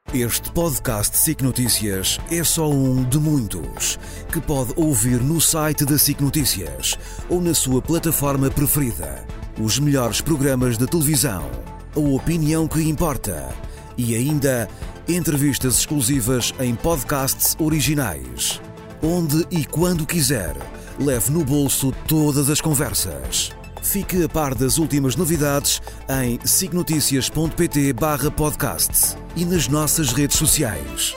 Este podcast SIC Notícias é só um de muitos que pode ouvir no site da SIC Notícias ou na sua plataforma preferida. Os melhores programas de televisão, a opinião que importa e ainda entrevistas exclusivas em podcasts originais. Onde e quando quiser, leve no bolso todas as conversas. Fique a par das últimas novidades em sicnoticias.pt/podcast e nas nossas redes sociais.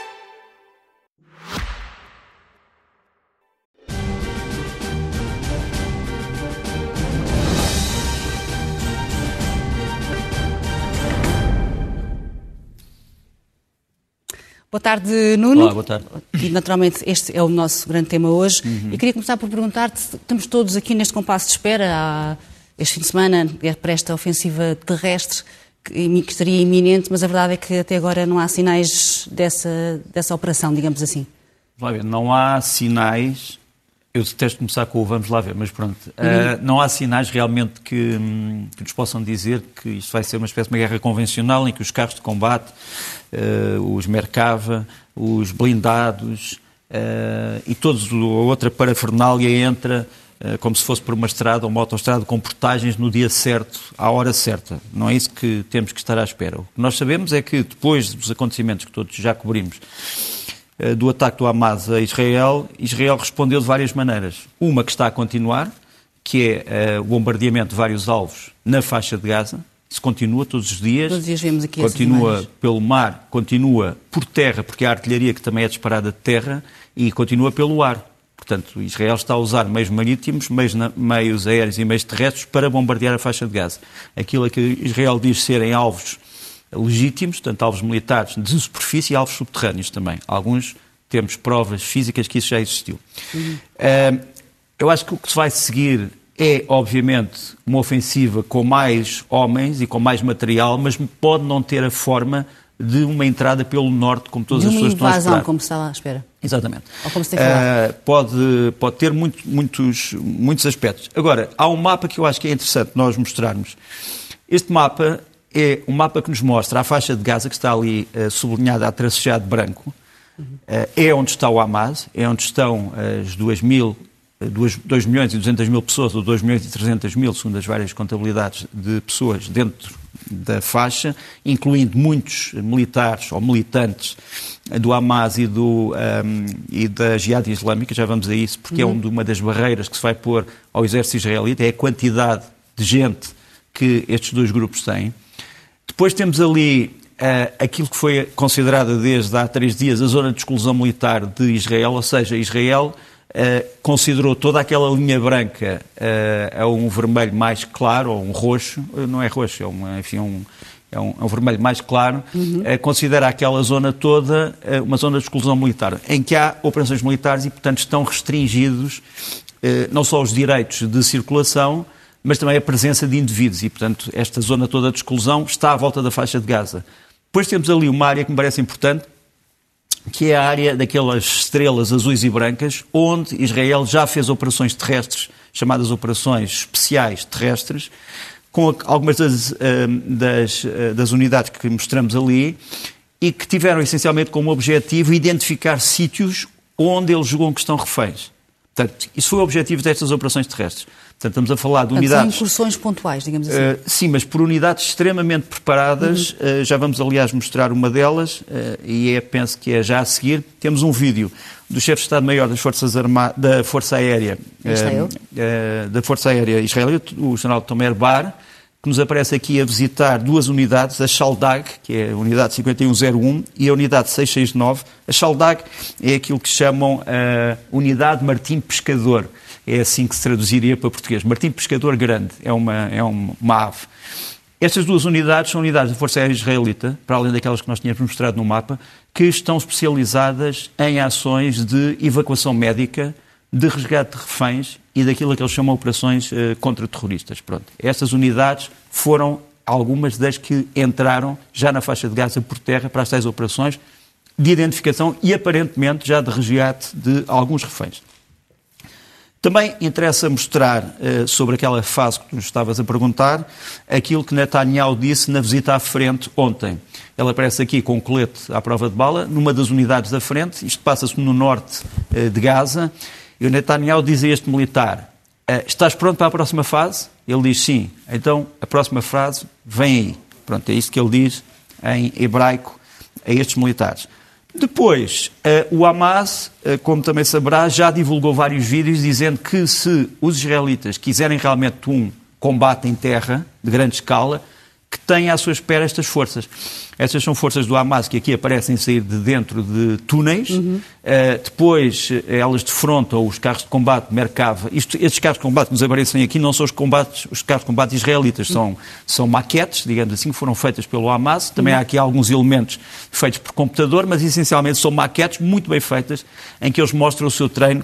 Boa tarde, Nuno. Olá, boa tarde. E, naturalmente, este é o nosso grande tema hoje. E queria começar por perguntar-te, estamos todos aqui neste compasso de espera, este fim de semana, para esta ofensiva terrestre, que estaria iminente, mas a verdade é que até agora não há sinais dessa operação, digamos assim. Vamos lá ver, não há sinais, eu detesto começar com o vamos lá ver, mas pronto, não há sinais realmente que nos possam dizer que isto vai ser uma espécie de uma guerra convencional em que os carros de combate, os Merkava, os blindados e toda a outra parafernália entra como se fosse por uma estrada ou uma autoestrada com portagens no dia certo, à hora certa. Não é isso que temos que estar à espera. O que nós sabemos é que depois dos acontecimentos que todos já cobrimos, do ataque do Hamas a Israel, Israel respondeu de várias maneiras. Uma que está a continuar, que é o bombardeamento de vários alvos na faixa de Gaza. Isso continua todos os dias. Todos os dias vemos aqui continua pelo mar, continua por terra, porque há artilharia que também é disparada de terra, e continua pelo ar. Portanto, Israel está a usar meios marítimos, meios aéreos e meios terrestres para bombardear a faixa de Gaza. Aquilo que Israel diz serem alvos legítimos, portanto, alvos militares de superfície e alvos subterrâneos também. Alguns temos provas físicas que isso já existiu. Eu acho que o que se vai seguir é, obviamente, uma ofensiva com mais homens e com mais material, mas pode não ter a forma de uma entrada pelo norte, como todas as pessoas estão a esperar. De uma invasão, como se estava à espera. Exatamente. Ou como se tem falado. Pode ter muitos aspectos. Agora, há um mapa que eu acho que é interessante nós mostrarmos. Este mapa é um mapa que nos mostra a faixa de Gaza, que está ali sublinhada a tracejado de branco. É onde está o Hamas, é onde estão as 2 milhões e 200 mil pessoas, ou 2 milhões e 300 mil, segundo as várias contabilidades de pessoas dentro da faixa, incluindo muitos militares ou militantes do Hamas e da Jihad Islâmica. Já vamos a isso, porque é uma das barreiras que se vai pôr ao exército israelita, é a quantidade de gente que estes dois grupos têm. Depois temos ali aquilo que foi considerada desde há 3 dias a zona de exclusão militar de Israel, ou seja, Israel considerou toda aquela linha branca a um vermelho mais claro, ou um roxo, não é roxo, é um vermelho mais claro, considera aquela zona toda uma zona de exclusão militar, em que há operações militares e, portanto, estão restringidos não só os direitos de circulação, mas também a presença de indivíduos e, portanto, esta zona toda de exclusão está à volta da faixa de Gaza. Depois temos ali uma área que me parece importante, que é a área daquelas estrelas azuis e brancas, onde Israel já fez operações terrestres, chamadas operações especiais terrestres, com algumas das unidades que mostramos ali, e que tiveram essencialmente como objetivo identificar sítios onde eles julgam que estão reféns. Portanto, isso foi o objetivo destas operações terrestres. Portanto, estamos a falar de unidades... São incursões pontuais, digamos assim. Sim, mas por unidades extremamente preparadas. Já vamos, aliás, mostrar uma delas, e penso que é já a seguir. Temos um vídeo do chefe de Estado-Maior das Forças Armadas, da Força Aérea israelita, o general Tomer Bar, que nos aparece aqui a visitar 2 unidades, a Shaldag, que é a unidade 5101, e a unidade 669. A Shaldag é aquilo que chamam a unidade Martim Pescador. É assim que se traduziria para português. Martim Pescador Grande, é uma ave. Estas 2 unidades são unidades da Força Aérea Israelita, para além daquelas que nós tínhamos mostrado no mapa, que estão especializadas em ações de evacuação médica, de resgate de reféns e daquilo que eles chamam de operações contra-terroristas. Pronto. Estas unidades foram algumas das que entraram já na faixa de Gaza por terra para as tais operações de identificação e, aparentemente, já de resgate de alguns reféns. Também interessa mostrar, sobre aquela fase que tu estavas a perguntar, aquilo que Netanyahu disse na visita à frente ontem. ela aparece aqui com um colete à prova de bala, numa das unidades da frente, isto passa-se no norte de Gaza, e o Netanyahu diz a este militar, estás pronto para a próxima fase? Ele diz sim, então a próxima fase vem aí. Pronto, é isto que ele diz em hebraico a estes militares. Depois, o Hamas, como também saberá, já divulgou vários vídeos dizendo que se os israelitas quiserem realmente um combate em terra, de grande escala, que tenha à sua espera estas forças. Estas são forças do Hamas que aqui aparecem sair de dentro de túneis, depois elas defrontam os carros de combate Merkava. Estes carros de combate que nos aparecem aqui não são os carros de combate israelitas, são maquetes, digamos assim, que foram feitas pelo Hamas. Também há aqui alguns elementos feitos por computador, mas essencialmente são maquetes muito bem feitas, em que eles mostram o seu treino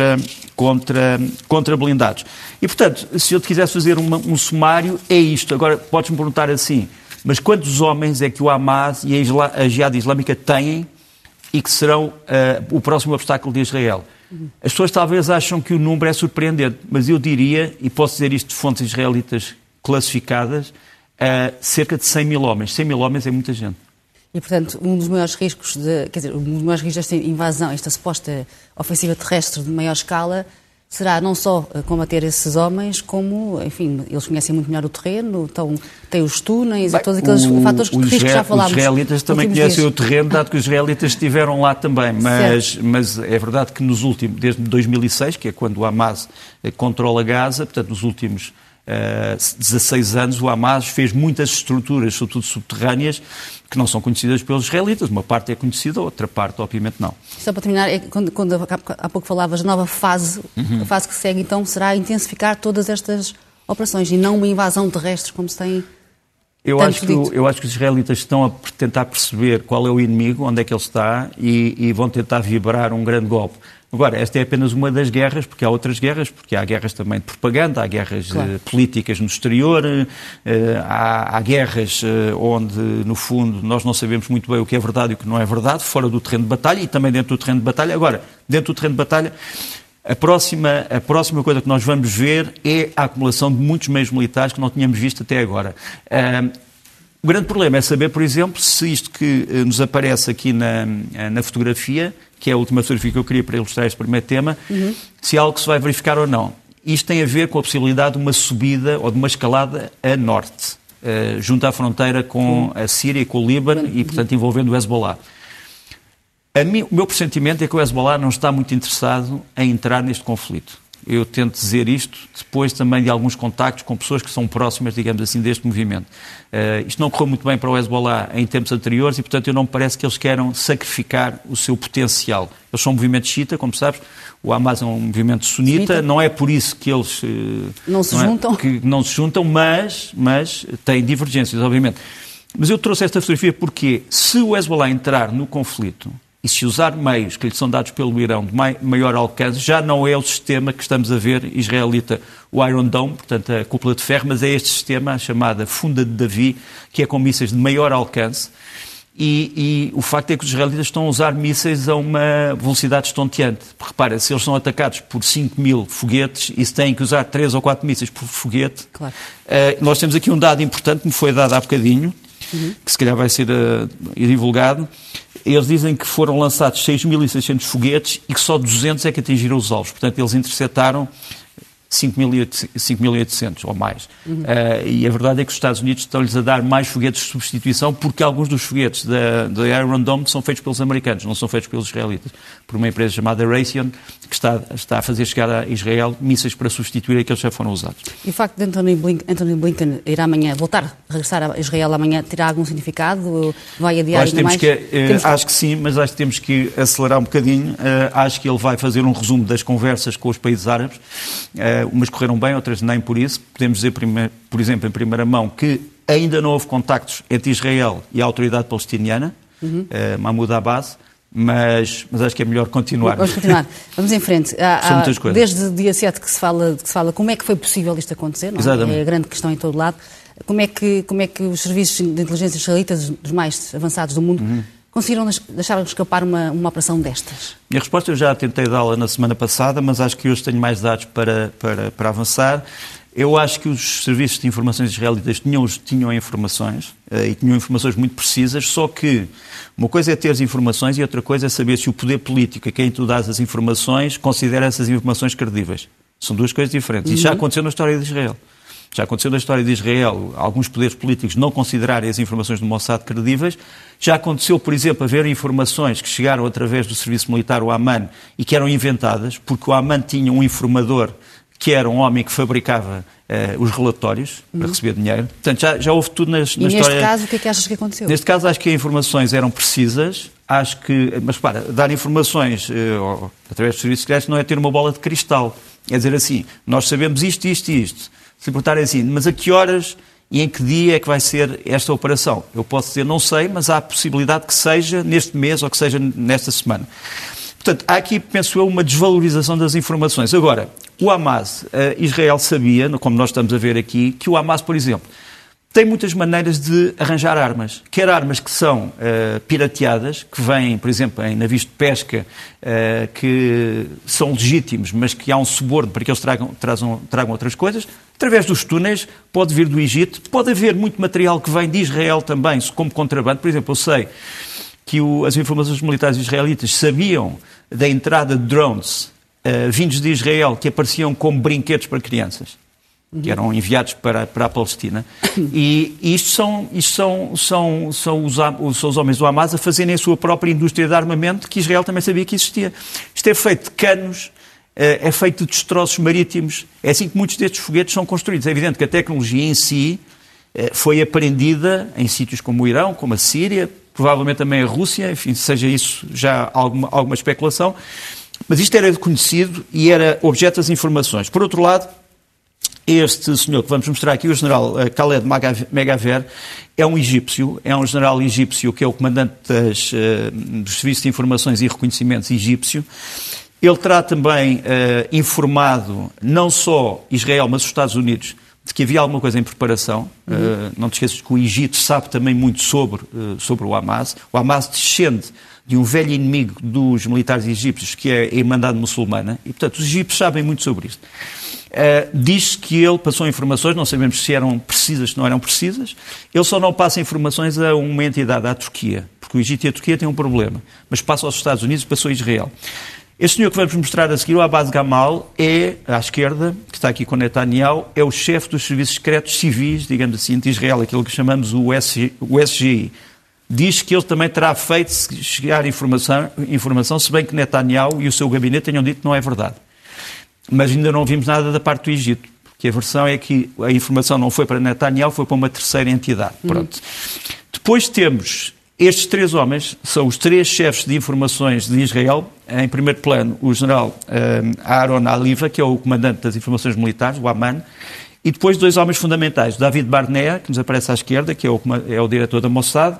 contra blindados. E, portanto, se eu te quisesse fazer um sumário, é isto. Agora, podes-me perguntar assim, mas quantos homens é que o Hamas e a Jihad Islâmica têm e que serão o próximo obstáculo de Israel? As pessoas talvez acham que o número é surpreendente, mas eu diria, e posso dizer isto de fontes israelitas classificadas, cerca de 100 mil homens. 100 mil homens é muita gente. E, portanto, um dos maiores riscos desta invasão, esta suposta ofensiva terrestre de maior escala, será não só combater esses homens, como, enfim, eles conhecem muito melhor o terreno, então têm os túneis e todos aqueles fatores de risco que já falámos. Os israelitas também conhecem o terreno, dado que os israelitas estiveram lá também, mas é verdade que desde 2006, que é quando o Hamas controla Gaza, portanto, nos últimos 16 anos, o Hamas fez muitas estruturas, sobretudo subterrâneas, que não são conhecidas pelos israelitas. Uma parte é conhecida, outra parte, obviamente, não. Só para terminar, quando há pouco falavas de nova fase, a fase que segue, então, será intensificar todas estas operações e não uma invasão terrestre, como se tem eu acho que os israelitas estão a tentar perceber qual é o inimigo, onde é que ele está, e vão tentar vibrar um grande golpe. Agora, esta é apenas uma das guerras, porque há outras guerras, porque há guerras também de propaganda, há guerras políticas no exterior, há guerras onde, no fundo, nós não sabemos muito bem o que é verdade e o que não é verdade, fora do terreno de batalha e também dentro do terreno de batalha. Agora, dentro do terreno de batalha, a próxima coisa que nós vamos ver é a acumulação de muitos meios militares que não tínhamos visto até agora. O grande problema é saber, por exemplo, se isto que nos aparece aqui na fotografia, que é a última fotografia que eu queria para ilustrar este primeiro tema, se é algo que se vai verificar ou não. Isto tem a ver com a possibilidade de uma subida ou de uma escalada a norte, junto à fronteira com a Síria e com o Líbano e, portanto, envolvendo o Hezbollah. O meu pressentimento é que o Hezbollah não está muito interessado em entrar neste conflito. Eu tento dizer isto depois também de alguns contactos com pessoas que são próximas, digamos assim, deste movimento. Isto não correu muito bem para o Hezbollah em tempos anteriores e, portanto, eu não me parece que eles queiram sacrificar o seu potencial. Eles são um movimento xiita, como sabes, o Hamas é um movimento sunita, não é por isso que eles não se juntam, mas têm divergências, obviamente. Mas eu trouxe esta fotografia porque, se o Hezbollah entrar no conflito e se usar meios que lhe são dados pelo Irão de maior alcance, já não é o sistema que estamos a ver israelita, o Iron Dome, portanto a cúpula de ferro, mas é este sistema, a chamada Funda de Davi, que é com mísseis de maior alcance, e o facto é que os israelitas estão a usar mísseis a uma velocidade estonteante. Repara, se eles são atacados por 5 mil foguetes e se têm que usar 3 ou 4 mísseis por foguete, nós temos aqui um dado importante que me foi dado há bocadinho, que se calhar vai ser divulgado. Eles dizem que foram lançados 6.600 foguetes e que só 200 é que atingiram os alvos. Portanto, eles interceptaram 5.800 ou mais. E a verdade é que os Estados Unidos estão-lhes a dar mais foguetes de substituição porque alguns dos foguetes da Iron Dome são feitos pelos americanos, não são feitos pelos israelitas, por uma empresa chamada Raytheon, que está a fazer chegar a Israel mísseis para substituir aqueles que já foram usados. E o facto de Anthony Blinken ir amanhã, regressar a Israel amanhã, terá algum significado? Vai adiar ainda mais? Acho que sim, mas acho que temos que acelerar um bocadinho. Acho que ele vai fazer um resumo das conversas com os países árabes. Umas correram bem, outras nem por isso. Podemos dizer, por exemplo, em primeira mão, que ainda não houve contactos entre Israel e a autoridade palestiniana, Mahmoud Abbas, mas acho que é melhor continuar. Vamos continuar. Vamos em frente. São muitas coisas. Desde o dia 7 que se fala como é que foi possível isto acontecer, não é? Exatamente. É a grande questão em todo lado. Como é que os serviços de inteligência israelitas, dos mais avançados do mundo, conseguiram deixar escapar uma operação destas? Minha resposta eu já tentei dá-la na semana passada, mas acho que hoje tenho mais dados para avançar. Eu acho que os serviços de informações israelitas tinham informações, e tinham informações muito precisas, só que uma coisa é ter as informações e outra coisa é saber se o poder político a quem tu dás as informações considera essas informações credíveis. São duas coisas diferentes. Isso já aconteceu na história de Israel. Já aconteceu na história de Israel alguns poderes políticos não considerarem as informações do Mossad credíveis. Já aconteceu, por exemplo, haver informações que chegaram através do serviço militar, o Aman, e que eram inventadas, porque o Aman tinha um informador que era um homem que fabricava os relatórios para receber dinheiro. Portanto, já houve tudo na história. E neste caso, o que é que achas que aconteceu? Neste caso, acho que as informações eram precisas. Mas, para dar informações através dos serviços secretos não é ter uma bola de cristal. É dizer assim, nós sabemos isto, isto e isto. Se perguntarem assim, mas a que horas e em que dia é que vai ser esta operação? Eu posso dizer, não sei, mas há a possibilidade que seja neste mês ou que seja nesta semana. Portanto, há aqui, penso eu, uma desvalorização das informações. Agora, o Hamas, Israel sabia, como nós estamos a ver aqui, que o Hamas, por exemplo, tem muitas maneiras de arranjar armas. Quer armas que são pirateadas, que vêm, por exemplo, em navios de pesca, que são legítimos, mas que há um suborno para que eles tragam outras coisas. Através dos túneis, pode vir do Egito. Pode haver muito material que vem de Israel também, como contrabando. Por exemplo, eu sei que as informações militares israelitas sabiam da entrada de drones vindos de Israel que apareciam como brinquedos para crianças, que eram enviados para a Palestina. E isto são os homens do Hamas a fazerem a sua própria indústria de armamento, que Israel também sabia que existia. Isto é feito de canos, é feito de destroços marítimos. É assim que muitos destes foguetes são construídos. É evidente que a tecnologia em si foi aprendida em sítios como o Irão, como a Síria, provavelmente também a Rússia, enfim, seja isso já alguma especulação. Mas isto era conhecido e era objeto das informações. Por outro lado, este senhor que vamos mostrar aqui, o general Khaled Megaver, é um general egípcio que é o comandante dos serviços de informações e reconhecimentos egípcio. Ele terá também informado não só Israel, mas os Estados Unidos, de que havia alguma coisa em preparação. Não te esqueças que o Egito sabe também muito sobre o Hamas. O Hamas descende de um velho inimigo dos militares egípcios, que é a Irmandade Muçulmana, e, portanto, os egípcios sabem muito sobre isto. Diz-se que ele passou informações, não sabemos se eram precisas, se não eram precisas. Ele só não passa informações a uma entidade, à Turquia, porque o Egito e a Turquia têm um problema, mas passa aos Estados Unidos e passou a Israel. Este senhor que vamos mostrar a seguir, o Abbas Gamal, à esquerda, que está aqui com Netanyahu, é o chefe dos serviços secretos civis, digamos assim, de Israel, aquilo que chamamos o SGI. Diz que ele também terá feito chegar informação, se bem que Netanyahu e o seu gabinete tenham dito que não é verdade. Mas ainda não vimos nada da parte do Egito, porque a versão é que a informação não foi para Netanyahu, foi para uma terceira entidade. Pronto. Depois temos estes três homens, são os três chefes de informações de Israel. Em primeiro plano, o general Aaron Aliva, que é o comandante das informações militares, o Aman, e depois dois homens fundamentais, David Barnea, que nos aparece à esquerda, que é o diretor do Mossad,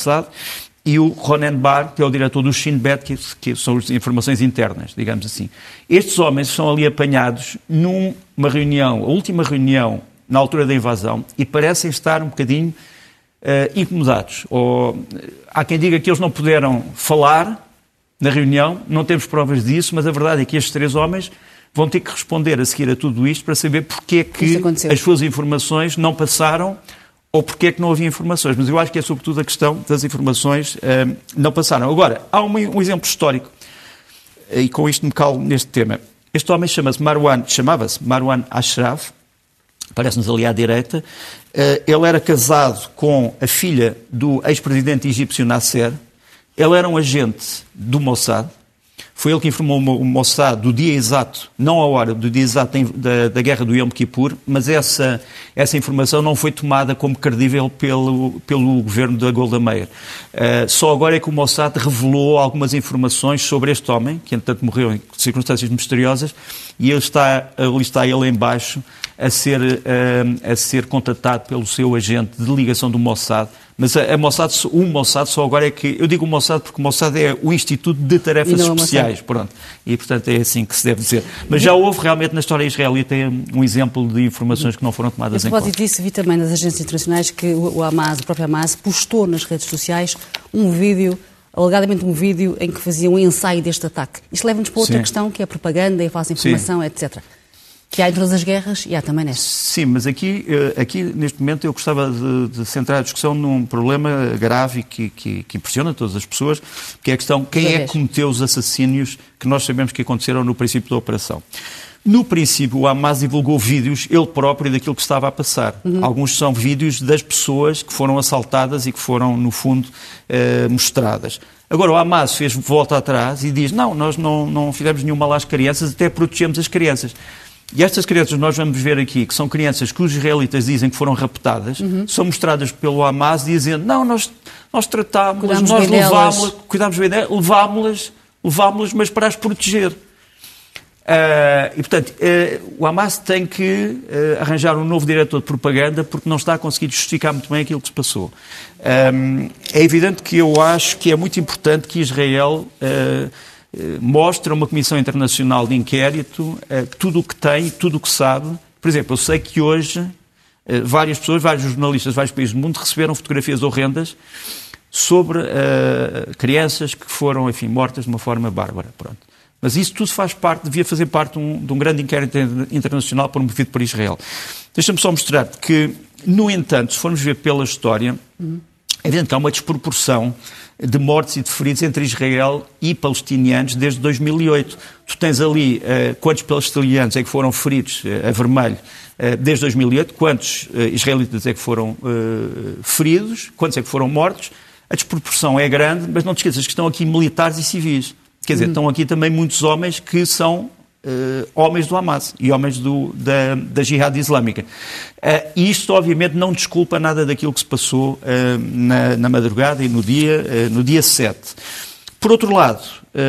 e o Ronen Bar, que é o diretor do Shin Bet, que são as informações internas, digamos assim. Estes homens são ali apanhados numa reunião, a última reunião na altura da invasão, e parecem estar um bocadinho incomodados. Há quem diga que eles não puderam falar na reunião, não temos provas disso, mas a verdade é que estes três homens vão ter que responder a seguir a tudo isto para saber porque é que as suas informações não passaram ou porque é que não havia informações. Mas eu acho que é sobretudo a questão das informações não passaram. Agora, há um exemplo histórico, e com isto me calo neste tema. Este homem chamava-se Marwan Ashraf, parece-nos ali à direita. Ele era casado com a filha do ex-presidente egípcio Nasser. Ele era um agente do Mossad. Foi ele que informou o Mossad do dia exato, não a hora, do dia exato da guerra do Yom Kippur, mas essa informação não foi tomada como credível pelo governo da Golda Meir. Só agora é que o Mossad revelou algumas informações sobre este homem, que entretanto morreu em circunstâncias misteriosas, e ali está ele em baixo a ser contatado pelo seu agente de ligação do Mossad. Mas o Mossad só agora é que... Eu digo o Mossad porque o Mossad é o Instituto de Tarefas Especiais. Pronto. E, portanto, é assim que se deve dizer. Mas já houve realmente na história israelita um exemplo de informações que não foram tomadas em conta. A propósito disso, vi também nas agências internacionais que o próprio Hamas, postou nas redes sociais alegadamente um vídeo em que fazia um ensaio deste ataque. Isto leva-nos para outra questão, que é a propaganda, a falsa informação, etc. que há em todas as guerras e há também nesta. Sim, mas aqui neste momento, eu gostava de centrar a discussão num problema grave que impressiona todas as pessoas, que é a questão: quem é que cometeu os assassínios que nós sabemos que aconteceram no princípio da operação? No princípio, o Hamas divulgou vídeos, ele próprio, daquilo que estava a passar. Alguns são vídeos das pessoas que foram assaltadas e que foram, no fundo, mostradas. Agora, o Hamas fez volta atrás e diz: não, nós não fizemos nenhuma lá às crianças, até protegemos as crianças. E estas crianças, nós vamos ver aqui, que são crianças que os israelitas dizem que foram raptadas, são mostradas pelo Hamas dizendo: não, nós tratámos-las, nós levámos-las, cuidámos bem delas, levámos-las, mas para as proteger. E, portanto, o Hamas tem que arranjar um novo diretor de propaganda, porque não está a conseguir justificar muito bem aquilo que se passou. É evidente que eu acho que é muito importante que Israel mostre a uma comissão internacional de inquérito tudo o que tem, tudo o que sabe. Por exemplo, eu sei que hoje várias pessoas, vários jornalistas de vários países do mundo receberam fotografias horrendas sobre crianças que foram, enfim, mortas de uma forma bárbara. Pronto. Mas isso tudo devia fazer parte de um grande inquérito internacional promovido por Israel. Deixa-me só mostrar-te que, no entanto, se formos ver pela história, é evidente que há uma desproporção de mortes e de feridos entre Israel e palestinianos desde 2008. Tu tens ali quantos palestinianos é que foram feridos a vermelho desde 2008, quantos israelitas é que foram feridos, quantos é que foram mortos. A desproporção é grande, mas não te esqueças que estão aqui militares e civis. Quer dizer, estão aqui também muitos homens que são homens do Hamas e homens da Jihad Islâmica. E isto, obviamente, não desculpa nada daquilo que se passou na madrugada e no dia 7. Por outro lado,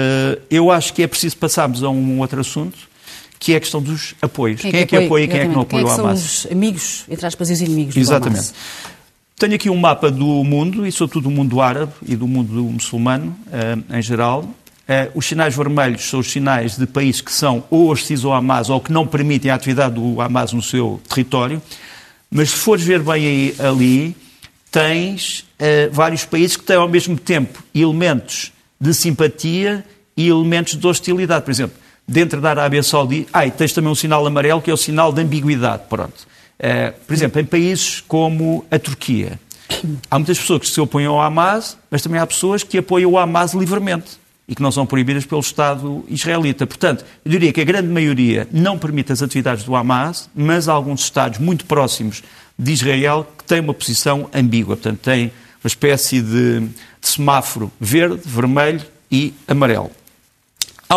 eu acho que é preciso passarmos a um outro assunto, que é a questão dos apoios. Quem é que apoia e quem é que não apoia o Hamas? São os amigos, entre aspas, e os inimigos do Exatamente. Hamas. Tenho aqui um mapa do mundo, e sobretudo do mundo árabe e do mundo muçulmano, em geral. Os sinais vermelhos são os sinais de países que são ou hostis ao Hamas ou que não permitem a atividade do Hamas no seu território. Mas se fores ver bem ali, tens vários países que têm ao mesmo tempo elementos de simpatia e elementos de hostilidade. Por exemplo, dentro da Arábia Saudita, tens também um sinal amarelo que é o sinal de ambiguidade. Pronto. Por exemplo, em países como a Turquia, há muitas pessoas que se opõem ao Hamas, mas também há pessoas que apoiam o Hamas livremente e que não são proibidas pelo Estado israelita. Portanto, eu diria que a grande maioria não permite as atividades do Hamas, mas há alguns Estados muito próximos de Israel que têm uma posição ambígua. Portanto, têm uma espécie de semáforo verde, vermelho e amarelo. Há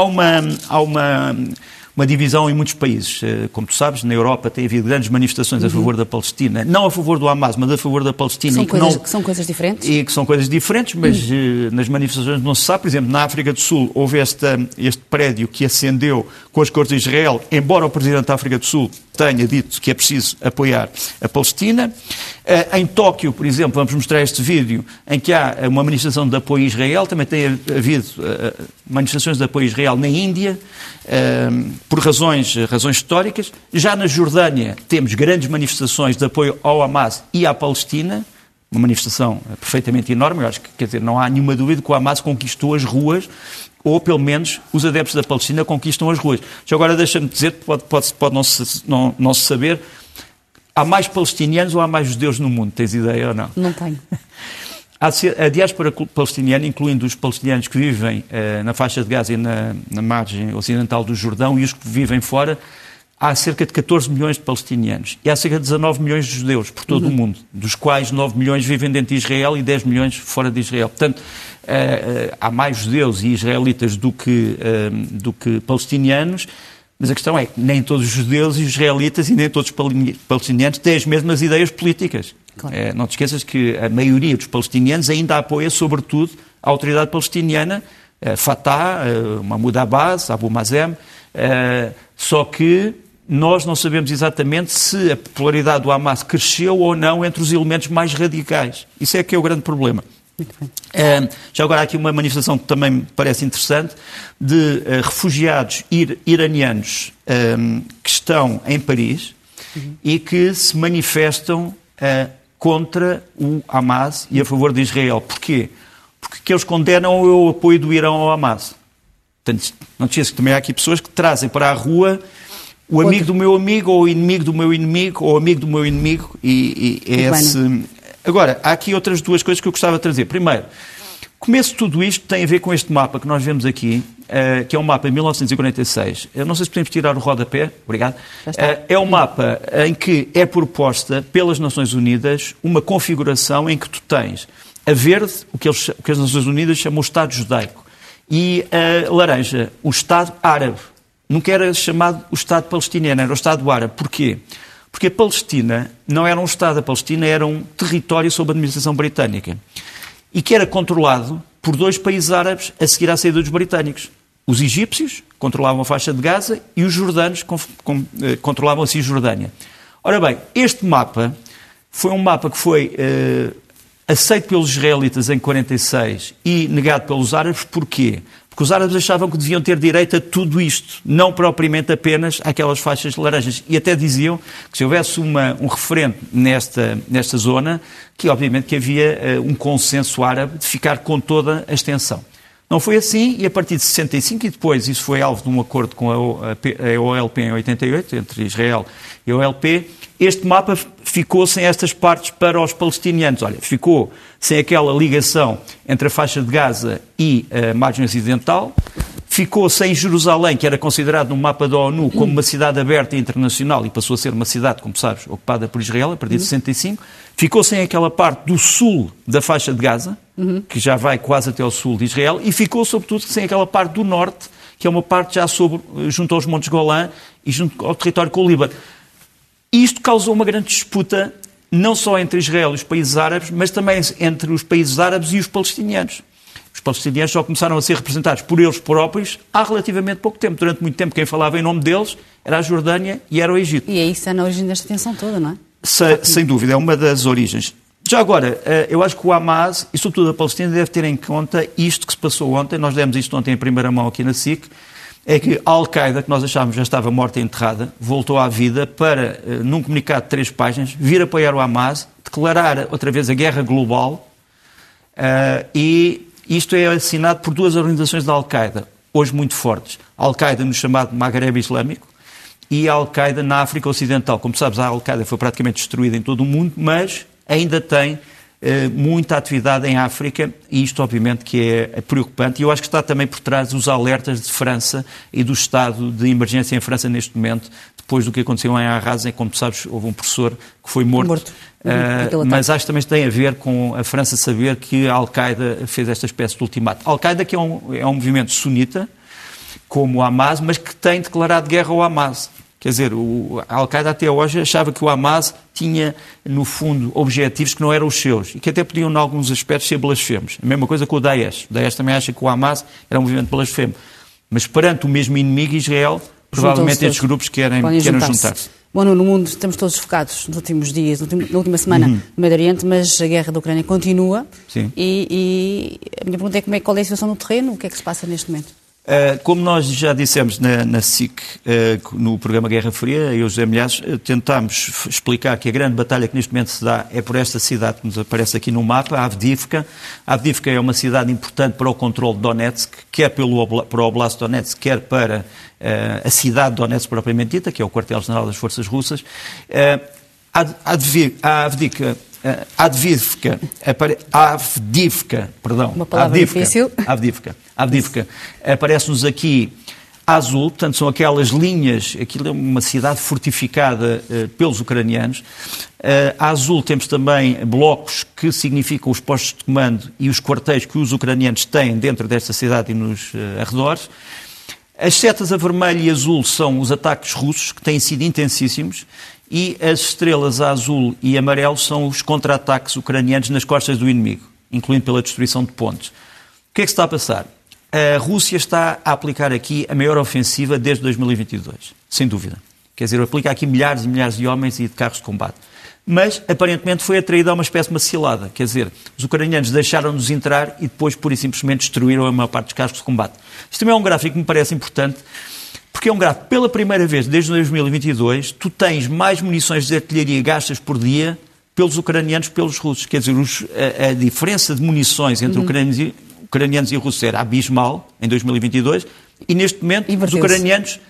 uma divisão em muitos países. Como tu sabes, na Europa tem havido grandes manifestações a favor da Palestina, não a favor do Hamas, mas a favor da Palestina. Que são coisas diferentes? E que são coisas diferentes, mas nas manifestações não se sabe. Por exemplo, na África do Sul houve este prédio que acendeu com as cores de Israel, embora o Presidente da África do Sul tenha dito que é preciso apoiar a Palestina. Em Tóquio, por exemplo, vamos mostrar este vídeo em que há uma manifestação de apoio a Israel. Também tem havido manifestações de apoio a Israel na Índia, por razões históricas. Já na Jordânia temos grandes manifestações de apoio ao Hamas e à Palestina, uma manifestação perfeitamente enorme. Eu acho que, quer dizer, não há nenhuma dúvida que o Hamas conquistou as ruas, ou pelo menos os adeptos da Palestina conquistam as ruas. Já agora deixa-me dizer, pode não se saber, há mais palestinianos ou há mais judeus no mundo? Tens ideia ou não? Não tenho. A diáspora palestiniana, incluindo os palestinianos que vivem na faixa de Gaza e na margem ocidental do Jordão e os que vivem fora, há cerca de 14 milhões de palestinianos e há cerca de 19 milhões de judeus por todo o mundo, dos quais 9 milhões vivem dentro de Israel e 10 milhões fora de Israel. Portanto, há mais judeus e israelitas do que palestinianos, mas a questão é que nem todos os judeus e os israelitas e nem todos os palestinianos têm as mesmas ideias políticas. Claro. Não te esqueças que a maioria dos palestinianos ainda apoia, sobretudo, a autoridade palestiniana, Fatah, Mahmoud Abbas, Abu Mazen, só que nós não sabemos exatamente se a popularidade do Hamas cresceu ou não entre os elementos mais radicais. Isso é que é o grande problema. Já agora há aqui uma manifestação que também me parece interessante, de refugiados iranianos que estão em Paris e que se manifestam contra o Hamas e a favor de Israel. Porquê? Porque eles condenam o apoio do Irão ao Hamas. Portanto, não te esqueças que também há aqui pessoas que trazem para a rua o amigo do meu amigo, ou o inimigo do meu inimigo, ou amigo do meu inimigo, e é esse... Agora, há aqui outras duas coisas que eu gostava de trazer. Primeiro, começo de tudo isto tem a ver com este mapa que nós vemos aqui, que é um mapa de 1946. Eu não sei se podemos tirar o rodapé, obrigado. É um mapa em que é proposta pelas Nações Unidas uma configuração em que tu tens a verde, o que as Nações Unidas chamam o Estado judaico, e a laranja, o Estado árabe. Nunca era chamado o Estado palestiniano, era o Estado árabe. Porquê? Porque a Palestina não era um Estado, a Palestina era um território sob a administração britânica e que era controlado por dois países árabes a seguir à saída dos britânicos. Os egípcios controlavam a faixa de Gaza e os jordanos controlavam a Cisjordânia. Ora bem, este mapa foi um mapa que foi aceito pelos israelitas em 46 e negado pelos árabes. Porquê? Porque os árabes achavam que deviam ter direito a tudo isto, não propriamente apenas àquelas faixas laranjas. E até diziam que se houvesse um referendo nesta zona, que obviamente que havia um consenso árabe de ficar com toda a extensão. Não foi assim, e a partir de 65, e depois isso foi alvo de um acordo com a OLP em 88, entre Israel e a OLP, este mapa ficou sem estas partes para os palestinianos. Olha, ficou sem aquela ligação entre a faixa de Gaza e a margem ocidental, ficou sem Jerusalém, que era considerado no mapa da ONU como uma cidade aberta e internacional, e passou a ser uma cidade, como sabes, ocupada por Israel a partir de 65, ficou sem aquela parte do sul da faixa de Gaza, que já vai quase até ao sul de Israel, e ficou, sobretudo, sem aquela parte do norte, que é uma parte já junto aos Montes Golã e junto ao território com o Líbano. Isto causou uma grande disputa, não só entre Israel e os países árabes, mas também entre os países árabes e os palestinianos. Os palestinianos só começaram a ser representados por eles próprios há relativamente pouco tempo. Durante muito tempo, quem falava em nome deles era a Jordânia e era o Egito. E é isso que está na origem desta tensão toda, não é? Sem dúvida, é uma das origens. Já agora, eu acho que o Hamas, e sobretudo a Palestina, deve ter em conta isto que se passou ontem. Nós demos isto ontem em primeira mão aqui na SIC. É que a Al-Qaeda, que nós achávamos já estava morta e enterrada, voltou à vida para, num comunicado de 3 páginas, vir apoiar o Hamas, declarar outra vez a guerra global, e isto é assinado por 2 organizações da Al-Qaeda, hoje muito fortes. A Al-Qaeda no chamado Maghreb Islâmico e a Al-Qaeda na África Ocidental. Como sabes, a Al-Qaeda foi praticamente destruída em todo o mundo, mas ainda tem muita atividade em África, e isto obviamente que é preocupante, e eu acho que está também por trás dos alertas de França e do estado de emergência em França neste momento, depois do que aconteceu em Arras, em que, como sabes, houve um professor que foi morto. Mas acho que também tem a ver com a França saber que a Al-Qaeda fez esta espécie de ultimato. A Al-Qaeda que é um movimento sunita, como o Hamas, mas que tem declarado guerra ao Hamas. Quer dizer, a Al-Qaeda até hoje achava que o Hamas tinha, no fundo, objetivos que não eram os seus e que até podiam, em alguns aspectos, ser blasfemos. A mesma coisa com o Daesh. O Daesh também acha que o Hamas era um movimento blasfemo. Mas perante o mesmo inimigo, Israel, provavelmente estes grupos querem juntar-se. Bom, no mundo estamos todos focados nos últimos dias, na última semana, no Médio Oriente, mas a guerra da Ucrânia continua. Sim. E a minha pergunta é qual é a situação no terreno, o que é que se passa neste momento? Como nós já dissemos na SIC, no programa Guerra Fria, eu e o José Milhazes, tentámos explicar que a grande batalha que neste momento se dá é por esta cidade que nos aparece aqui no mapa, a Avdiivka. A Avdiivka é uma cidade importante para o controle de Donetsk, quer para o Oblast de Donetsk, quer para a cidade de Donetsk propriamente dita, que é o quartel-general das forças russas. A Avdiivka aparece-nos aqui azul, portanto são aquelas linhas, aquilo é uma cidade fortificada pelos ucranianos. A azul temos também blocos que significam os postos de comando e os quartéis que os ucranianos têm dentro desta cidade e nos arredores. As setas a vermelho e azul são os ataques russos, que têm sido intensíssimos, e as estrelas a azul e amarelo são os contra-ataques ucranianos nas costas do inimigo, incluindo pela destruição de pontes. O que é que se está a passar? A Rússia está a aplicar aqui a maior ofensiva desde 2022, sem dúvida. Quer dizer, aplica aqui milhares e milhares de homens e de carros de combate. Mas, aparentemente, foi atraída a uma espécie de macilada. Quer dizer, os ucranianos deixaram-nos entrar e depois, pura e simplesmente, destruíram a maior parte dos carros de combate. Isto também é um gráfico que me parece importante, porque é um gráfico, pela primeira vez desde 2022, tu tens mais munições de artilharia gastas por dia pelos ucranianos que pelos russos. Quer dizer, a diferença de munições entre ucranianos e russos era abismal em 2022 e neste momento os ucranianos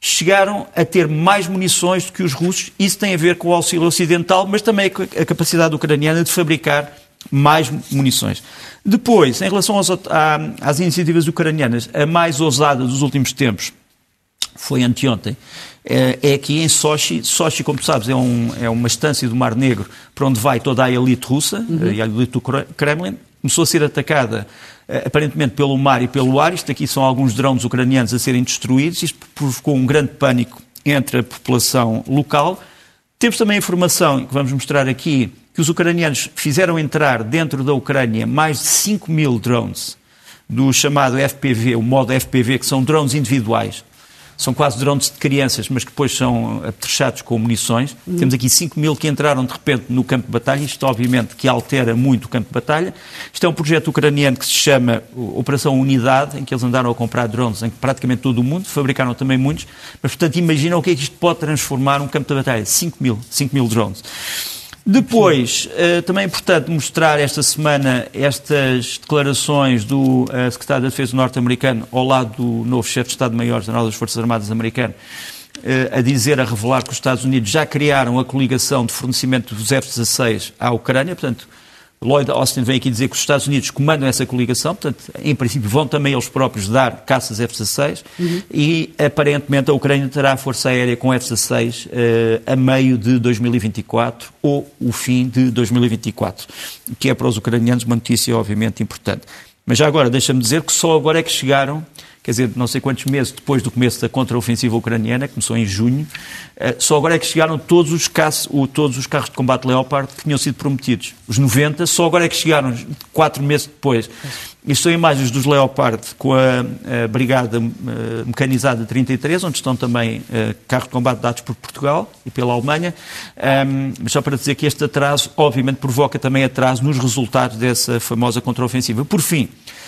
chegaram a ter mais munições do que os russos. Isso tem a ver com o auxílio ocidental, mas também com a capacidade ucraniana de fabricar mais munições. Depois, em relação às iniciativas ucranianas, a mais ousada dos últimos tempos foi anteontem, é aqui em Sochi. Sochi, como tu sabes, é uma estância do Mar Negro para onde vai toda a elite russa, e a elite do Kremlin. Começou a ser atacada aparentemente pelo mar e pelo ar. Isto aqui são alguns drones ucranianos a serem destruídos. Isto provocou um grande pânico entre a população local. Temos também a informação, que vamos mostrar aqui, que os ucranianos fizeram entrar dentro da Ucrânia mais de 5.000 drones do chamado FPV, o modo FPV, que são drones individuais. São quase drones de crianças, mas que depois são apetrechados com munições. Temos aqui 5.000 que entraram de repente no campo de batalha. Isto, obviamente, que altera muito o campo de batalha. Isto é um projeto ucraniano que se chama Operação Unidade, em que eles andaram a comprar drones em praticamente todo o mundo, fabricaram também muitos. Mas, portanto, imagina o que é que isto pode transformar um campo de batalha. 5.000 drones. Depois, também é importante mostrar esta semana estas declarações do secretário da Defesa norte-americano ao lado do novo chefe de Estado-Maior-General das Forças Armadas americano, a revelar que os Estados Unidos já criaram a coligação de fornecimento dos F-16 à Ucrânia. Portanto, Lloyd Austin vem aqui dizer que os Estados Unidos comandam essa coligação, portanto, em princípio, vão também eles próprios dar caças F-16 e, aparentemente, a Ucrânia terá a força aérea com F-16 a meio de 2024 ou o fim de 2024, que é para os ucranianos uma notícia, obviamente, importante. Mas já agora, deixa-me dizer que só agora é que chegaram, quer dizer, não sei quantos meses depois do começo da contraofensiva ucraniana, que começou em junho, só agora é que chegaram todos os carros de combate Leopard que tinham sido prometidos. Os 90, só agora é que chegaram 4 meses depois. Isto são imagens dos Leopard com a Brigada Mecanizada 33, onde estão também carros de combate dados por Portugal e pela Alemanha. Mas só para dizer que este atraso, obviamente, provoca também atraso nos resultados dessa famosa contraofensiva. Por fim,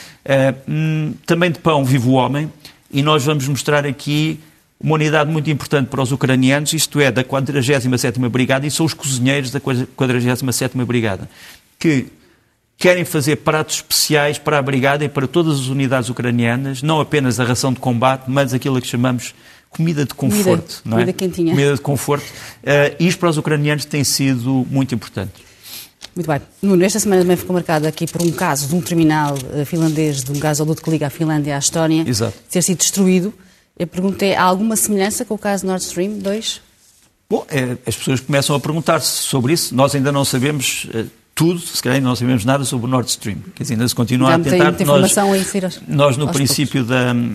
também de pão vive o homem, e nós vamos mostrar aqui uma unidade muito importante para os ucranianos, isto é, da 47ª Brigada, e são os cozinheiros da 47ª Brigada, que querem fazer pratos especiais para a Brigada e para todas as unidades ucranianas, não apenas a ração de combate, mas aquilo que chamamos comida de conforto. Comida quentinha. Comida de conforto. E isto para os ucranianos tem sido muito importante. Muito bem. Nuno, esta semana também ficou marcada aqui por um caso de um terminal finlandês, de um gasoduto que liga a Finlândia à Estónia, ter sido destruído. Eu perguntei, há alguma semelhança com o caso Nord Stream 2? Bom, as pessoas começam a perguntar-se sobre isso. Nós ainda não sabemos tudo, se calhar ainda não sabemos nada sobre o Nord Stream. Quer dizer, ainda se continua a tentar... Nós no princípio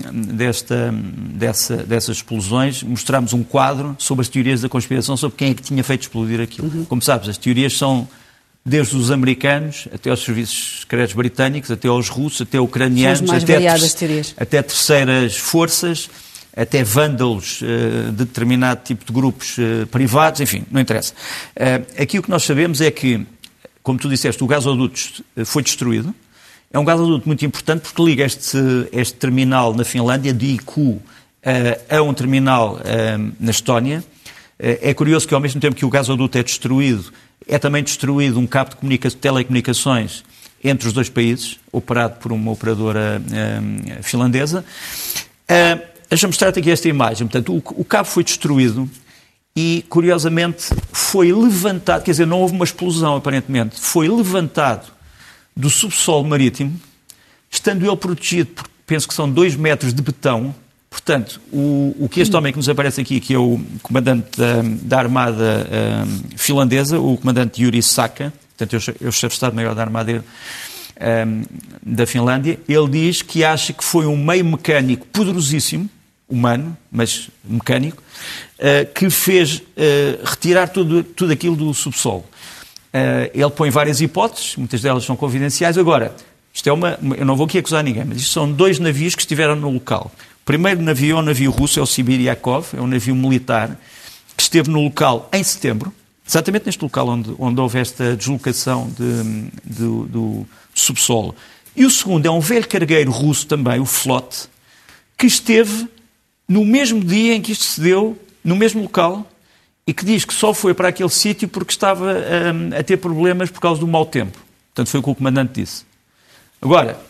dessas explosões, mostramos um quadro sobre as teorias da conspiração, sobre quem é que tinha feito explodir aquilo. Como sabes, as teorias são... desde os americanos, até aos serviços secretos britânicos, até aos russos, até ucranianos, até terceiras forças, até vândalos de determinado tipo de grupos privados, enfim, não interessa. Aqui o que nós sabemos é que, como tu disseste, o gasoduto foi destruído. É um gasoduto muito importante porque liga este terminal na Finlândia, de IQ, a um terminal na Estónia. É curioso que, ao mesmo tempo que o gasoduto é destruído, é também destruído um cabo de telecomunicações entre os dois países, operado por uma operadora finlandesa. Deixa-me mostrar-te aqui esta imagem. Portanto, o cabo foi destruído e, curiosamente, foi levantado, quer dizer, não houve uma explosão, aparentemente, foi levantado do subsolo marítimo, estando ele protegido por, penso que são 2 metros de betão. Portanto, o que este homem que nos aparece aqui, que é o comandante da Armada finlandesa, o comandante Juri Saka, portanto, é o chefe de Estado-Maior da Armada da Finlândia, ele diz que acha que foi um meio mecânico poderosíssimo, humano, mas mecânico, que fez retirar tudo aquilo do subsolo. Ele põe várias hipóteses, muitas delas são confidenciais. Agora, isto é eu não vou aqui acusar ninguém, mas isto são 2 navios que estiveram no local. O primeiro navio é um navio russo, é o Sibiriakov, é um navio militar que esteve no local em setembro, exatamente neste local onde houve esta deslocação do subsolo. E o segundo é um velho cargueiro russo também, o Flot, que esteve no mesmo dia em que isto se deu, no mesmo local, e que diz que só foi para aquele sítio porque estava a ter problemas por causa do mau tempo. Portanto, foi o que o comandante disse. Agora,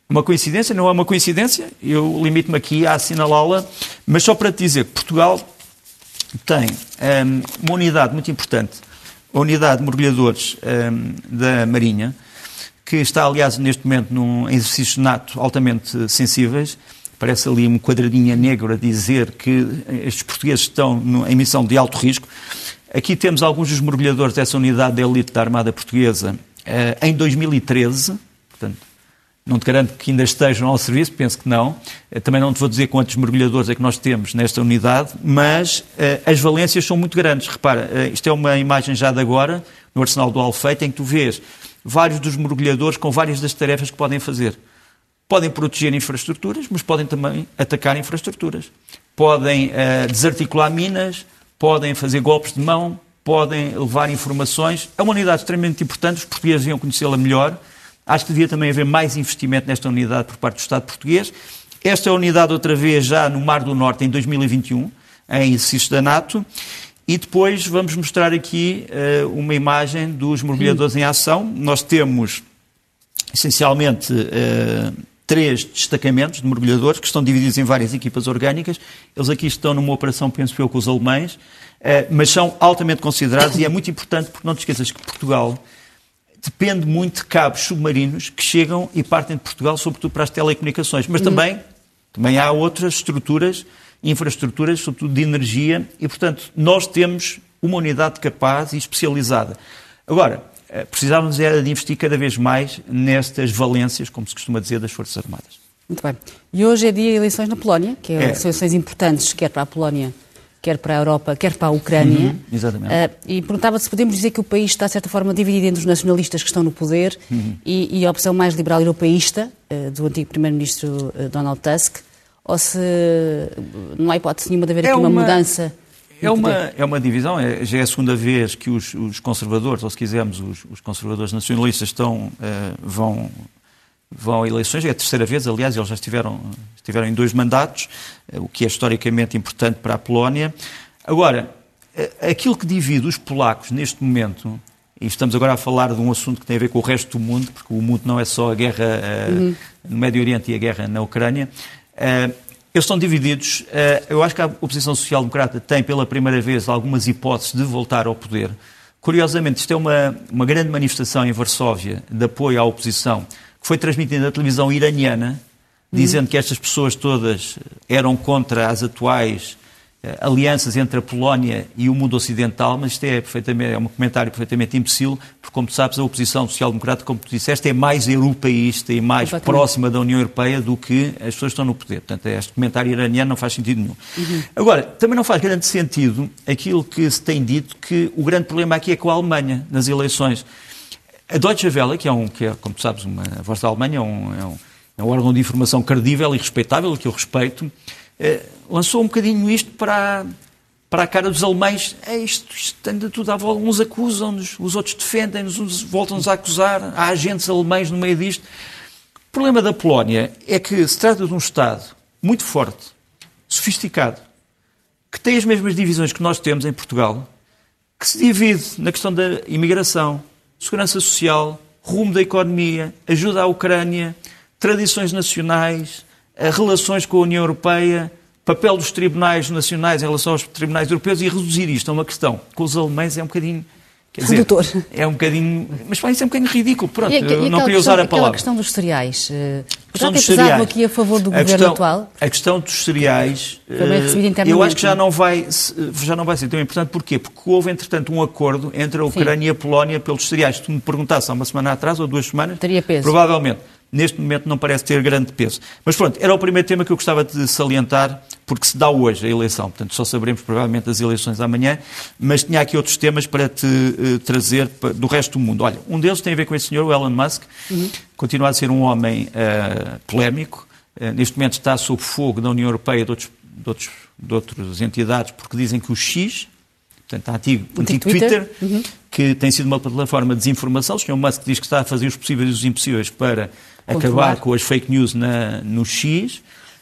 Uma coincidência? Não é uma coincidência. Eu limito-me aqui a assinalá-la, mas só para te dizer que Portugal tem uma unidade muito importante, a unidade de mergulhadores da Marinha, que está, aliás, neste momento num exercício nato altamente sensíveis. Parece ali um quadradinho negro a dizer que estes portugueses estão em missão de alto risco. Aqui temos alguns dos mergulhadores dessa unidade de elite da Armada Portuguesa em 2013, portanto, não te garanto que ainda estejam ao serviço, penso que não. Também não te vou dizer quantos mergulhadores é que nós temos nesta unidade, mas as valências são muito grandes. Repara, isto é uma imagem já de agora, no Arsenal do Alfeite, em que tu vês vários dos mergulhadores com várias das tarefas que podem fazer. Podem proteger infraestruturas, mas podem também atacar infraestruturas. Podem desarticular minas, podem fazer golpes de mão, podem levar informações. É uma unidade extremamente importante, os portugueses iam conhecê-la melhor. Acho que devia também haver mais investimento nesta unidade por parte do Estado português. Esta é a unidade, outra vez, já no Mar do Norte, em 2021, em exercício da NATO. E depois vamos mostrar aqui uma imagem dos mergulhadores em ação. Nós temos, essencialmente, 3 destacamentos de mergulhadores que estão divididos em várias equipas orgânicas. Eles aqui estão numa operação, penso eu, com os alemães, mas são altamente considerados e é muito importante porque não te esqueças que Portugal depende muito de cabos submarinos que chegam e partem de Portugal, sobretudo para as telecomunicações. Mas também há outras estruturas, infraestruturas, sobretudo de energia, e, portanto, nós temos uma unidade capaz e especializada. Agora, precisávamos era de investir cada vez mais nestas valências, como se costuma dizer, das Forças Armadas. Muito bem. E hoje é dia de eleições na Polónia, que são eleições importantes, quer para a Polónia, quer para a Europa, quer para a Ucrânia. Exatamente. E perguntava se podemos dizer que o país está, de certa forma, dividido entre os nacionalistas que estão no poder e a opção mais liberal europeísta, do antigo primeiro-ministro Donald Tusk, ou se não há hipótese nenhuma de haver aqui uma mudança? É uma divisão, já é a segunda vez que os conservadores, ou se quisermos, os conservadores nacionalistas vão a eleições, é a terceira vez, aliás, eles já estiveram em 2 mandatos, o que é historicamente importante para a Polónia. Agora, aquilo que divide os polacos neste momento, e estamos agora a falar de um assunto que tem a ver com o resto do mundo, porque o mundo não é só a guerra no Médio Oriente e a guerra na Ucrânia, eles estão divididos. Eu acho que a oposição social-democrata tem pela primeira vez algumas hipóteses de voltar ao poder. Curiosamente, isto é uma grande manifestação em Varsóvia de apoio à oposição, que foi transmitida na televisão iraniana, dizendo que estas pessoas todas eram contra as atuais alianças entre a Polónia e o mundo ocidental, mas isto é um comentário perfeitamente imbecil, porque, como tu sabes, a oposição social-democrata, como tu disseste, é mais europeísta e mais próxima da União Europeia do que as pessoas que estão no poder. Portanto, este comentário iraniano não faz sentido nenhum. Agora, também não faz grande sentido aquilo que se tem dito, que o grande problema aqui é com a Alemanha, nas eleições. A Deutsche Welle, que é, como tu sabes, a voz da Alemanha, é um órgão de informação credível e respeitável, que eu respeito, lançou um bocadinho isto para a cara dos alemães. Isto anda tudo à volta, uns acusam-nos, os outros defendem-nos, uns voltam-nos a acusar, há agentes alemães no meio disto. O problema da Polónia é que se trata de um Estado muito forte, sofisticado, que tem as mesmas divisões que nós temos em Portugal, que se divide na questão da imigração, segurança social, rumo da economia, ajuda à Ucrânia, tradições nacionais, relações com a União Europeia, papel dos tribunais nacionais em relação aos tribunais europeus, e reduzir isto a uma questão com os alemães é um bocadinho... Redutor. É um bocadinho... Mas isso é um bocadinho ridículo. Pronto, eu não queria usar a palavra. A questão dos cereais. Já que pesavam aqui a favor do governo atual? A questão dos cereais, eu acho que já não vai ser tão importante. Porquê? Porque houve, entretanto, um acordo entre a Ucrânia e a Polónia pelos cereais. Se tu me perguntasse há uma semana atrás ou 2 semanas, teria peso. Provavelmente. Neste momento não parece ter grande peso. Mas pronto, era o primeiro tema que eu gostava de salientar, porque se dá hoje a eleição. Portanto, só saberemos provavelmente as eleições amanhã, mas tinha aqui outros temas para te trazer do resto do mundo. Olha, um deles tem a ver com esse senhor, o Elon Musk, continua a ser um homem polémico, neste momento está sob fogo da União Europeia e de outras entidades, porque dizem que o X, portanto, antigo Twitter, que tem sido uma plataforma de desinformação. O Sr. Musk diz que está a fazer os possíveis e os impossíveis para acabar com as fake news no X.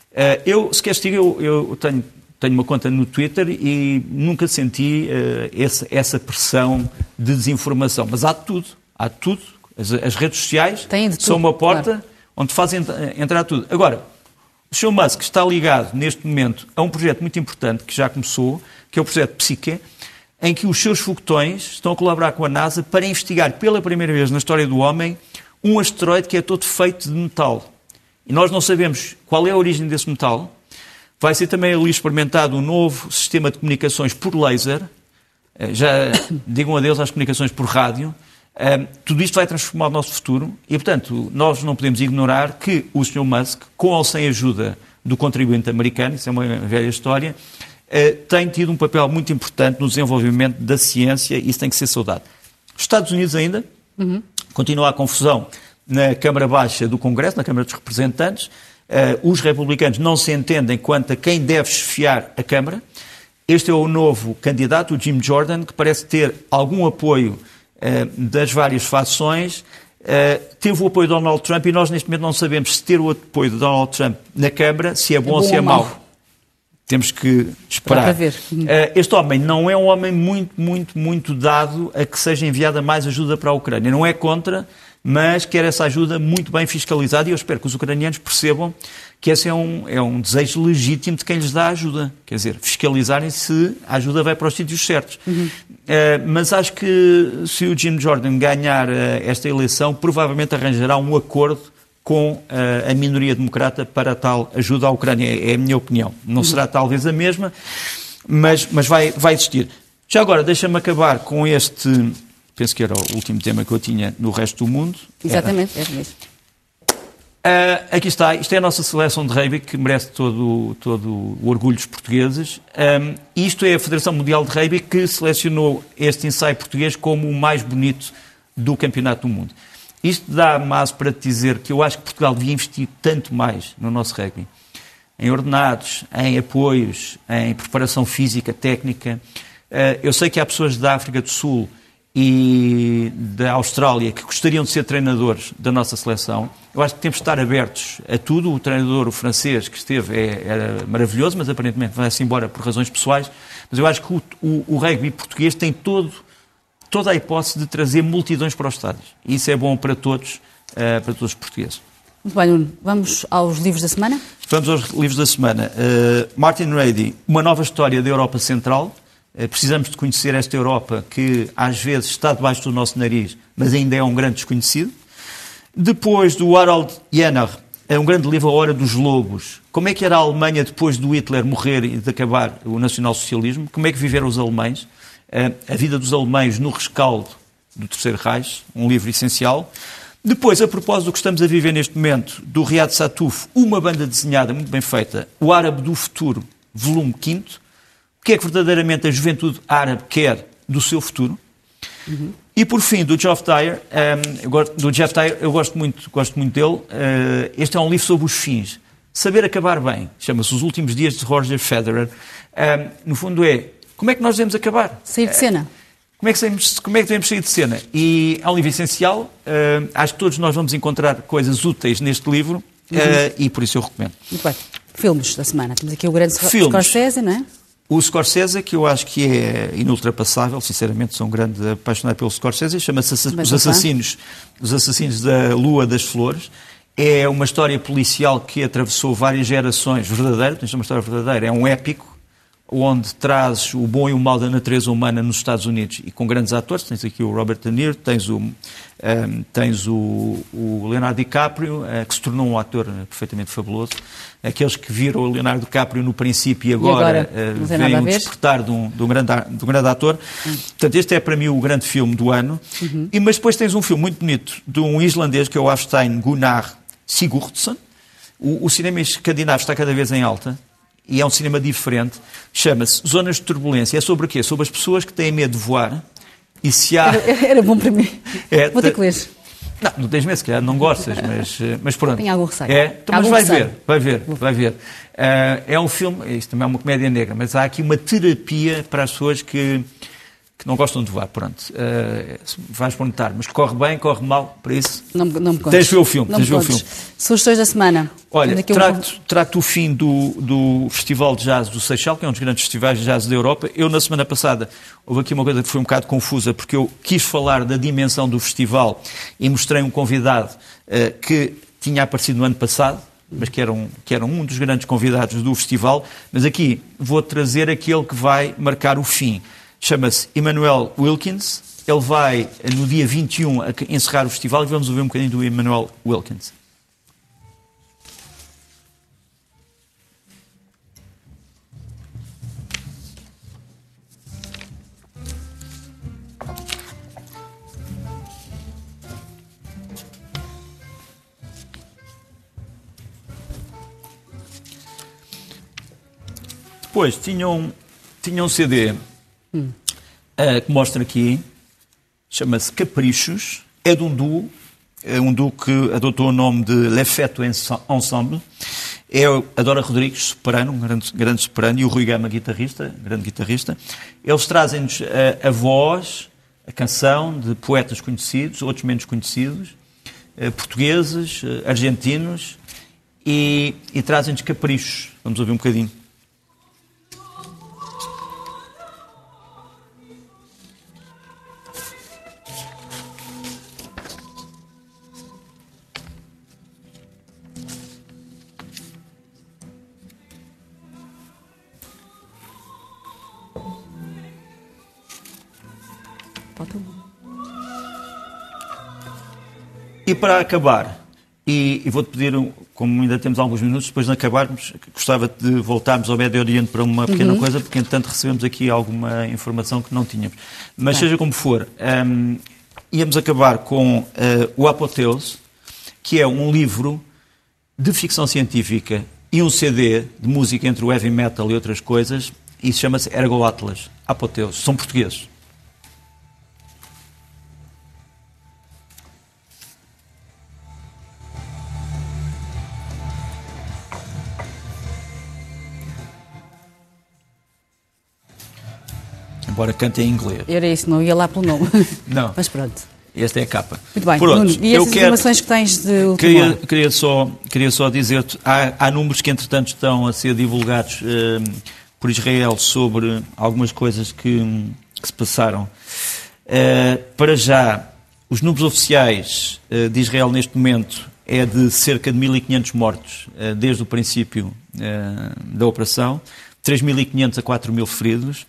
Se queres dizer, eu tenho uma conta no Twitter e nunca senti essa pressão de desinformação. Mas há de tudo. As redes sociais são uma porta onde fazem entrar tudo. Agora, o Sr. Musk está ligado, neste momento, a um projeto muito importante que já começou, que é o projeto Psyche, em que os seus foguetões estão a colaborar com a NASA para investigar, pela primeira vez na história do homem, um asteroide que é todo feito de metal. E nós não sabemos qual é a origem desse metal. Vai ser também ali experimentado um novo sistema de comunicações por laser. Já digam adeus às comunicações por rádio. Tudo isto vai transformar o nosso futuro e, portanto, nós não podemos ignorar que o Sr. Musk, com ou sem ajuda do contribuinte americano, isso é uma velha história, tem tido um papel muito importante no desenvolvimento da ciência e isso tem que ser saudado. Os Estados Unidos ainda, continua a confusão na Câmara Baixa do Congresso, na Câmara dos Representantes. Os republicanos não se entendem quanto a quem deve chefiar a Câmara. Este é o novo candidato, o Jim Jordan, que parece ter algum apoio das várias fações. Teve o apoio de Donald Trump e nós neste momento não sabemos se ter o apoio de Donald Trump na Câmara, se é bom ou se é mau. Temos que esperar. Para ver. Este homem não é um homem muito dado a que seja enviada mais ajuda para a Ucrânia. Não é contra, mas quer essa ajuda muito bem fiscalizada e eu espero que os ucranianos percebam que esse é um desejo legítimo de quem lhes dá ajuda. Quer dizer, fiscalizarem se a ajuda vai para os sítios certos. Mas acho que se o Jim Jordan ganhar esta eleição, provavelmente arranjará um acordo com a minoria democrata para tal ajuda à Ucrânia. É a minha opinião. Não será talvez a mesma, mas vai existir. Já agora, deixa-me acabar com este, penso que era o último tema que eu tinha no resto do mundo. Exatamente, é mesmo. Aqui está, isto é a nossa seleção de rugby que merece todo o orgulho dos portugueses. Isto é a Federação Mundial de Rugby que selecionou este ensaio português como o mais bonito do Campeonato do Mundo. Isto dá-me aso para te dizer que eu acho que Portugal devia investir tanto mais no nosso rugby. Em ordenados, em apoios, em preparação física, técnica. Eu sei que há pessoas da África do Sul e da Austrália que gostariam de ser treinadores da nossa seleção. Eu acho que temos de estar abertos a tudo. O treinador, o francês, que esteve, era maravilhoso, mas aparentemente vai-se embora por razões pessoais. Mas eu acho que o rugby português tem toda a hipótese de trazer multidões para os estádios. E isso é bom para todos os portugueses. Muito bem, Nuno. Vamos aos livros da semana? Vamos aos livros da semana. Martin Rady, Uma Nova História da Europa Central. Precisamos de conhecer esta Europa que às vezes está debaixo do nosso nariz, mas ainda é um grande desconhecido. Depois do Harald Jenner, um grande livro, A Hora dos Lobos. Como é que era a Alemanha depois do Hitler morrer e de acabar o nacionalsocialismo? Como é que viveram os alemães? A vida dos alemães no rescaldo do Terceiro Reich, um livro essencial. Depois, a propósito do que estamos a viver neste momento, do Riad Sattouf, uma banda desenhada muito bem feita, O Árabe do Futuro, volume 5º. O que é que verdadeiramente a juventude árabe quer do seu futuro? E por fim, do Geoff Dyer, eu gosto muito dele. Este é um livro sobre os fins. Saber acabar bem, chama-se Os Últimos Dias de Roger Federer. No fundo como é que nós devemos acabar? Sair de cena. Como é que devemos sair de cena? E é um livro essencial. Acho que todos nós vamos encontrar coisas úteis neste livro e por isso eu recomendo. Muito bem. Filmes da semana. Temos aqui o grande Scorsese, não é? O Scorsese, que eu acho que é inultrapassável, sinceramente sou um grande apaixonado pelo Scorsese, chama-se Os Assassinos da Lua das Flores. É uma história policial que atravessou várias gerações, verdadeira, é uma história verdadeira, é um épico, onde traz o bom e o mau da natureza humana nos Estados Unidos e com grandes atores. Tens aqui o Robert De Niro, tens o Leonardo DiCaprio, que se tornou um ator perfeitamente fabuloso. Aqueles que viram o Leonardo DiCaprio no princípio e agora veem o despertar de um grande ator. Portanto, este é para mim o grande filme do ano. Mas depois tens um filme muito bonito de um islandês que é o Hafstein Gunnar Sigurdsson. O cinema escandinavo está cada vez em alta. E é um cinema diferente, chama-se Zonas de Turbulência. É sobre o quê? Sobre as pessoas que têm medo de voar e se há... Era bom para mim. Vou ter que ler. Não tens medo, se calhar não gostas, mas pronto. Tem algum receio. Mas vai ver. É um filme, isto também é uma comédia negra, mas há aqui uma terapia para as pessoas que não gostam de voar, pronto. Vais notar, mas corre bem, corre mal, para isso... Não me contes. Tens de ver o filme. Sugestões da semana. Olha, trago-te o fim do Festival de Jazz do Seixal, que é um dos grandes festivais de jazz da Europa. Eu, na semana passada, houve aqui uma coisa que foi um bocado confusa, porque eu quis falar da dimensão do festival e mostrei um convidado que tinha aparecido no ano passado, mas que era um dos grandes convidados do festival. Mas aqui vou trazer aquele que vai marcar o fim. Chama-se Emmanuel Wilkins. Ele vai, no dia 21, encerrar o festival e vamos ouvir um bocadinho do Emmanuel Wilkins. Depois tinha um CD que mostra aqui, chama-se Caprichos, é de um duo que adotou o nome de Les Fêtes Ensemble. É a Dora Rodrigues, soprano, um grande soprano, e o Rui Gama, grande guitarrista. Eles trazem-nos a voz, a canção de poetas conhecidos, outros menos conhecidos, portugueses, argentinos, e trazem-nos Caprichos. Vamos ouvir um bocadinho. E para acabar, e vou-te pedir, como ainda temos alguns minutos, depois de acabarmos, gostava de voltarmos ao Médio Oriente para uma pequena coisa, porque entretanto recebemos aqui alguma informação que não tínhamos. Mas seja como for, íamos acabar com o Apoteose, que é um livro de ficção científica e um CD de música entre o heavy metal e outras coisas, e chama-se Ergo Atlas. Apoteose. São portugueses. Embora cante em inglês. Era isso, não ia lá pelo nome. Não. Mas pronto. Esta é a capa. Muito bem. Pronto, Nuno, e essas informações que tens de última hora? Queria só dizer-te, há números que entretanto estão a ser divulgados por Israel sobre algumas coisas que se passaram. Para já, os números oficiais de Israel neste momento é de cerca de 1.500 mortos desde o princípio da operação, 3.500 a 4.000 feridos.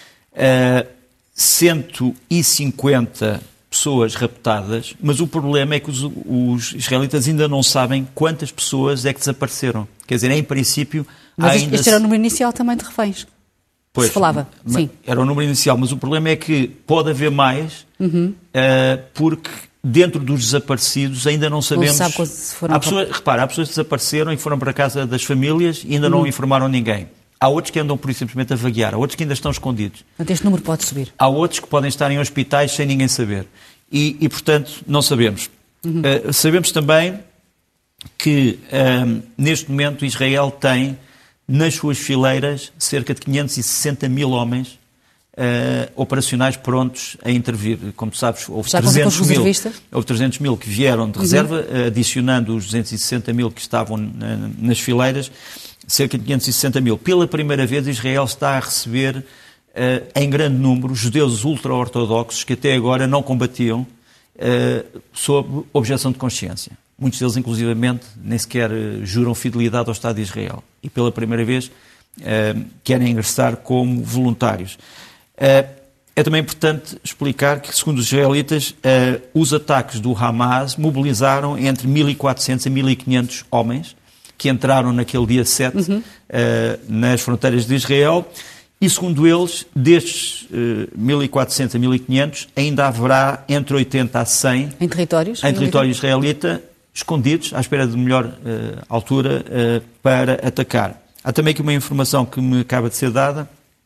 150 pessoas raptadas, mas o problema é que os israelitas ainda não sabem quantas pessoas é que desapareceram. Quer dizer, em princípio... Mas este era o número inicial também de reféns. Pois, se falava, sim. Era o número inicial, mas o problema é que pode haver mais, porque dentro dos desaparecidos ainda não sabemos... Não sabe quando se foram... há pessoas que desapareceram e foram para a casa das famílias e ainda não informaram ninguém. Há outros que andam, por isso, simplesmente a vaguear. Há outros que ainda estão escondidos. Portanto, este número pode subir. Há outros que podem estar em hospitais sem ninguém saber. E portanto, não sabemos. Sabemos também que, neste momento, Israel tem, nas suas fileiras, cerca de 560 mil homens operacionais prontos a intervir. Como tu sabes, houve 300 mil que vieram de reserva, adicionando os 260 mil que estavam nas fileiras, cerca de 560 mil. Pela primeira vez, Israel está a receber, em grande número, judeus ultra-ortodoxos que até agora não combatiam sob objeção de consciência. Muitos deles, inclusivamente, nem sequer juram fidelidade ao Estado de Israel. E pela primeira vez querem ingressar como voluntários. É também importante explicar que, segundo os israelitas, os ataques do Hamas mobilizaram entre 1.400 a 1.500 homens que entraram naquele dia 7 nas fronteiras de Israel, e segundo eles, destes 1.400 a 1.500, ainda haverá entre 80 a 100 em território israelita, escondidos, à espera de melhor altura para atacar. Há também aqui uma informação que me acaba de ser dada,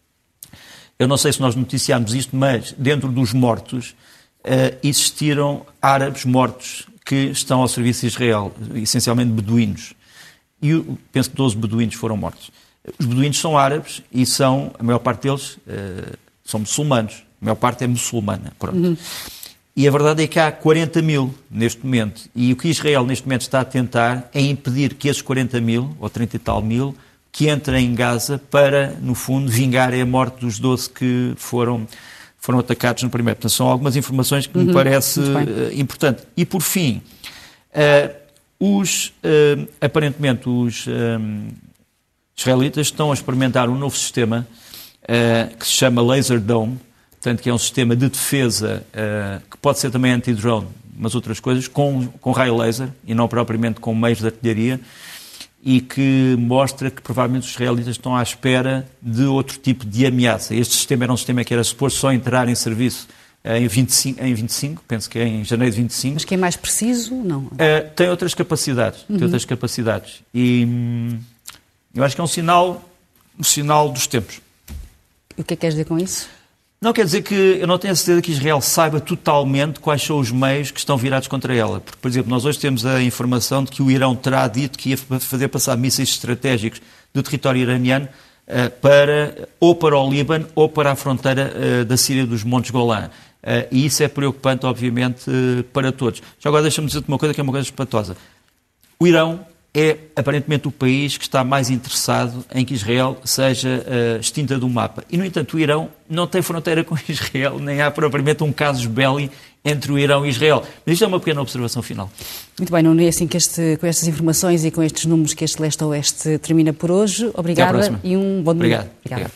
eu não sei se nós noticiámos isto, mas dentro dos mortos existiram árabes mortos que estão ao serviço de Israel, essencialmente beduínos. E penso que 12 beduínos foram mortos. Os beduínos são árabes e a maior parte deles são muçulmanos. A maior parte é muçulmana. Pronto. E a verdade é que há 40 mil neste momento. E o que Israel neste momento está a tentar é impedir que esses 40 mil, ou 30 e tal mil, que entrem em Gaza para, no fundo, vingarem a morte dos 12 que foram atacados no primeiro. Portanto, são algumas informações que me parece importante. E, por fim... Aparentemente, os israelitas estão a experimentar um novo sistema que se chama Laser Dome, portanto, que é um sistema de defesa que pode ser também anti-drone, mas outras coisas, com raio laser e não propriamente com meios de artilharia, e que mostra que provavelmente os israelitas estão à espera de outro tipo de ameaça. Este sistema era um sistema que era suposto só entrar em serviço em 25, penso que é em janeiro de 25. Mas que é mais preciso? Não. Tem outras capacidades. E eu acho que é um sinal dos tempos. E o que é que queres dizer com isso? Não quer dizer que eu não tenho a certeza que Israel saiba totalmente quais são os meios que estão virados contra ela. Porque, por exemplo, nós hoje temos a informação de que o Irão terá dito que ia fazer passar mísseis estratégicos do território iraniano ou para o Líbano ou para a fronteira da Síria dos Montes Golã. E isso é preocupante, obviamente, para todos. Já agora deixa-me dizer-te uma coisa que é uma coisa espantosa. O Irão é, aparentemente, o país que está mais interessado em que Israel seja extinta do mapa. E, no entanto, o Irão não tem fronteira com Israel, nem há propriamente um casus belli entre o Irão e Israel. Mas isto é uma pequena observação final. Muito bem, Nuno, é assim que com estas informações e com estes números que este Leste a Oeste termina por hoje. Obrigada e um bom domingo. Obrigado.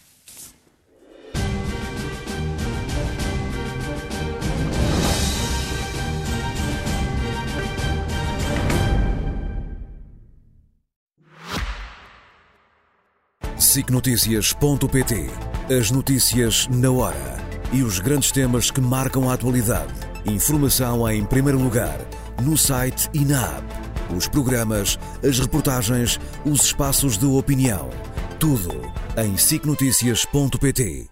SICNoticias.pt. As notícias na hora e os grandes temas que marcam a atualidade. Informação em primeiro lugar, no site e na app. Os programas, as reportagens, os espaços de opinião. Tudo em SICNoticias.pt.